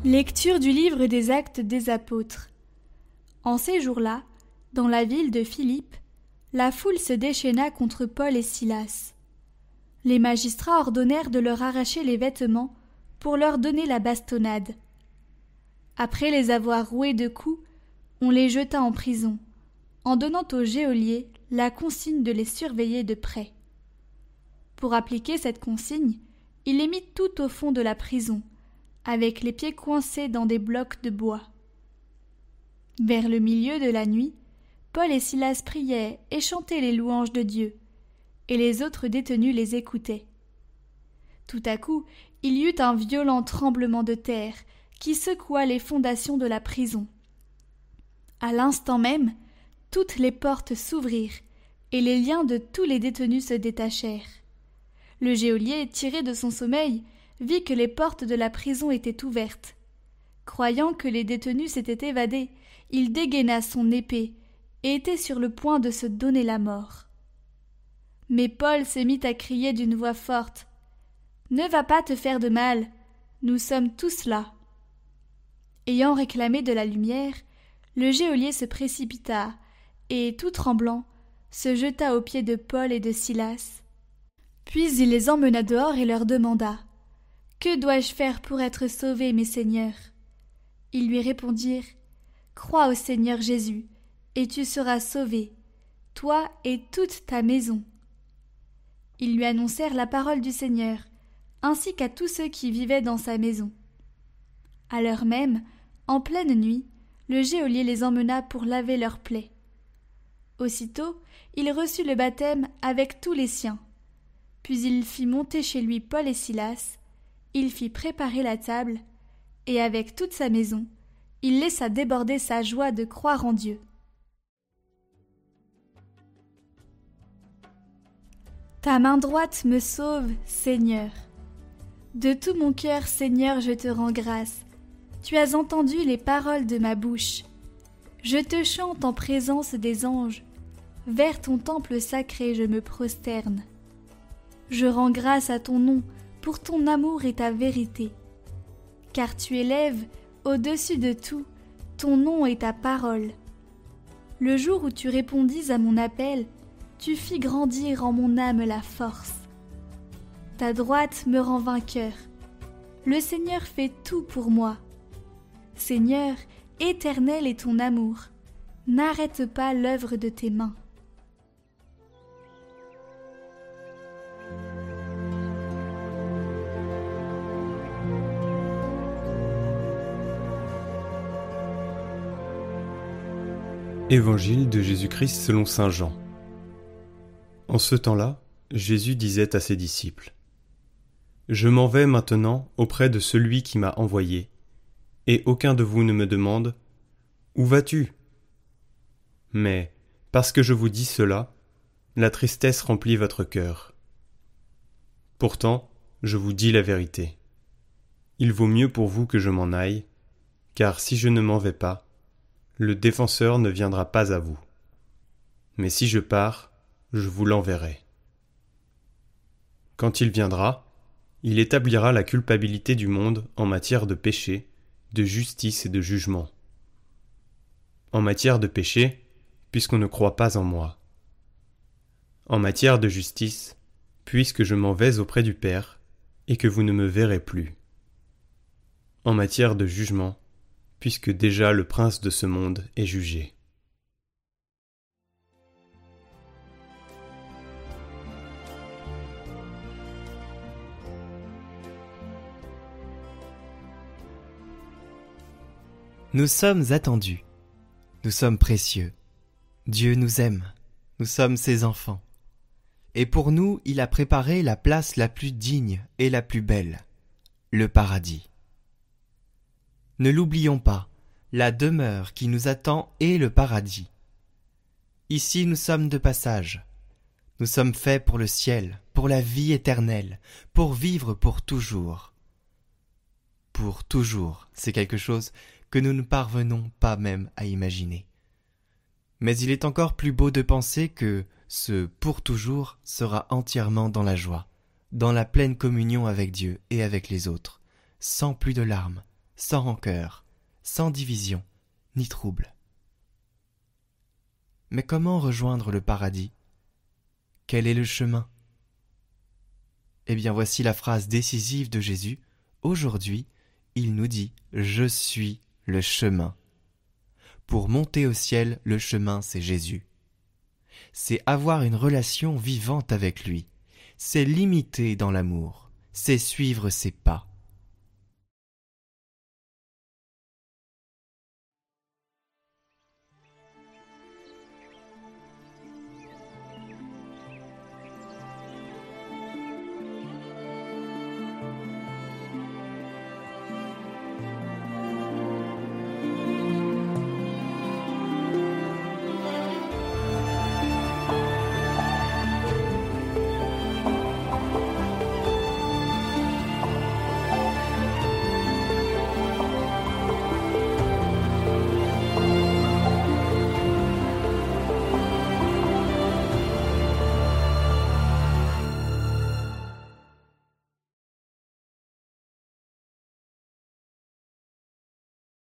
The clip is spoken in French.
Lecture du livre des Actes des Apôtres. En ces jours-là, dans la ville de Philippe, la foule se déchaîna contre Paul et Silas. Les magistrats ordonnèrent de leur arracher les vêtements pour leur donner la bastonnade. Après les avoir roués de coups, on les jeta en prison, en donnant au geôlier la consigne de les surveiller de près. Pour appliquer cette consigne, il les mit tout au fond de la prison, avec les pieds coincés dans des blocs de bois. Vers le milieu de la nuit, Paul et Silas priaient et chantaient les louanges de Dieu, et les autres détenus les écoutaient. Tout à coup, il y eut un violent tremblement de terre qui secoua les fondations de la prison. À l'instant même, toutes les portes s'ouvrirent et les liens de tous les détenus se détachèrent. Le geôlier, tiré de son sommeil, vit que les portes de la prison étaient ouvertes. Croyant que les détenus s'étaient évadés, il dégaina son épée et était sur le point de se donner la mort. Mais Paul se mit à crier d'une voix forte : « Ne va pas te faire de mal, nous sommes tous là. » Ayant réclamé de la lumière, le geôlier se précipita et, tout tremblant, se jeta aux pieds de Paul et de Silas. Puis il les emmena dehors et leur demanda : « Que dois-je faire pour être sauvé, mes seigneurs ?» Ils lui répondirent : « Crois au Seigneur Jésus, et tu seras sauvé, toi et toute ta maison. » Ils lui annoncèrent la parole du Seigneur, ainsi qu'à tous ceux qui vivaient dans sa maison. À l'heure même, en pleine nuit, le geôlier les emmena pour laver leurs plaies. Aussitôt, il reçut le baptême avec tous les siens. Puis il fit monter chez lui Paul et Silas, il fit préparer la table, et avec toute sa maison, il laissa déborder sa joie de croire en Dieu. Ta main droite me sauve, Seigneur. De tout mon cœur, Seigneur, je te rends grâce. Tu as entendu les paroles de ma bouche. Je te chante en présence des anges. Vers ton temple sacré, je me prosterne. Je rends grâce à ton nom pour ton amour et ta vérité. Car tu élèves, au-dessus de tout, ton nom et ta parole. Le jour où tu répondis à mon appel, tu fis grandir en mon âme la force. Ta droite me rend vainqueur. Le Seigneur fait tout pour moi. Seigneur, éternel est ton amour. N'arrête pas l'œuvre de tes mains. Évangile de Jésus-Christ selon saint Jean. En ce temps-là, Jésus disait à ses disciples : « Je m'en vais maintenant auprès de celui qui m'a envoyé, et aucun de vous ne me demande : Où vas-tu ? Mais, parce que je vous dis cela, la tristesse remplit votre cœur. Pourtant, je vous dis la vérité. Il vaut mieux pour vous que je m'en aille, car si je ne m'en vais pas, le défenseur ne viendra pas à vous. Mais si je pars, je vous l'enverrai. Quand il viendra, il établira la culpabilité du monde en matière de péché, de justice et de jugement. En matière de péché, puisqu'on ne croit pas en moi. En matière de justice, puisque je m'en vais auprès du Père et que vous ne me verrez plus. En matière de jugement, puisque déjà le prince de ce monde est jugé. Nous sommes attendus, nous sommes précieux. Dieu nous aime, nous sommes ses enfants. Et pour nous, il a préparé la place la plus digne et la plus belle, le paradis. Ne l'oublions pas, la demeure qui nous attend est le paradis. Ici nous sommes de passage. Nous sommes faits pour le ciel, pour la vie éternelle, pour vivre pour toujours. Pour toujours, c'est quelque chose que nous ne parvenons pas même à imaginer. Mais il est encore plus beau de penser que ce « pour toujours » sera entièrement dans la joie, dans la pleine communion avec Dieu et avec les autres, sans plus de larmes, sans rancœur, sans division, ni trouble. Mais comment rejoindre le paradis ? Quel est le chemin ? Eh bien, voici la phrase décisive de Jésus. Aujourd'hui, il nous dit « Je suis le chemin ». Pour monter au ciel, le chemin, c'est Jésus. C'est avoir une relation vivante avec lui. C'est l'imiter dans l'amour. C'est suivre ses pas.